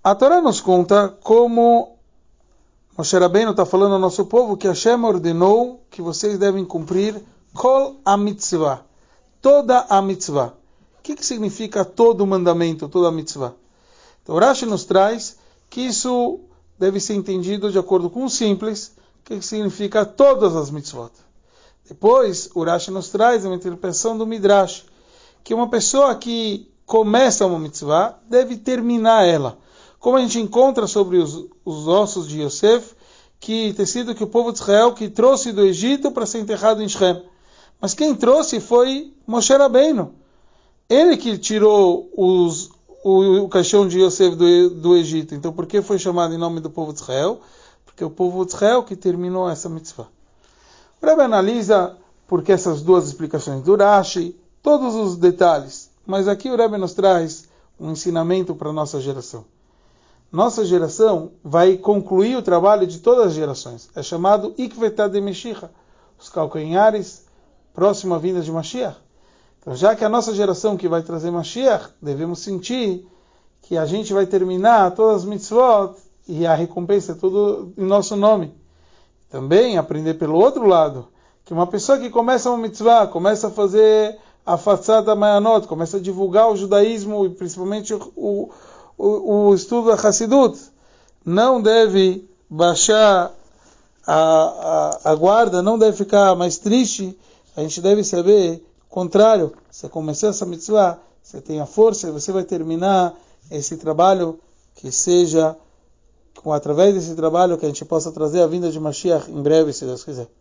A Torá nos conta como Moshe Rabbeinu está falando ao nosso povo que Hashem ordenou que vocês devem cumprir Kol a mitzvah, toda a mitzvah. O que significa todo o mandamento, toda a mitzvah? Então, o Rashi nos traz que isso deve ser entendido de acordo com o simples, que significa todas as mitzvot. Depois, o Rashi nos traz uma interpretação do Midrash, que uma pessoa que começa uma mitzvah deve terminar ela. Como a gente encontra sobre os ossos de Yosef, que tecido que o povo de Israel que trouxe do Egito para ser enterrado em Shem. Mas quem trouxe foi Moshe Rabbeinu. Ele que tirou o caixão de Yosef do Egito. Então, por que foi chamado em nome do povo de Israel? Porque é o povo de Israel que terminou essa mitzvah. O Rebbe analisa por que essas duas explicações do Rashi, todos os detalhes. Mas aqui o Rebbe nos traz um ensinamento para a nossa geração. Nossa geração vai concluir o trabalho de todas as gerações. É chamado Ikvetá de Meshiach, os calcanhares próximo à vinda de Mashiach. Então, já que a nossa geração que vai trazer Mashiach, devemos sentir que a gente vai terminar todas as mitzvot e a recompensa é tudo em nosso nome. Também aprender pelo outro lado, que uma pessoa que começa uma mitzvah, começa a fazer a fatzada mayanot, começa a divulgar o judaísmo e principalmente o estudo da Hassidut, não deve baixar a guarda, não deve ficar mais triste. A gente deve saber, o contrário, você começou essa mitzvah, você tem a força e você vai terminar esse trabalho, que seja através desse trabalho que a gente possa trazer a vinda de Mashiach em breve, se Deus quiser.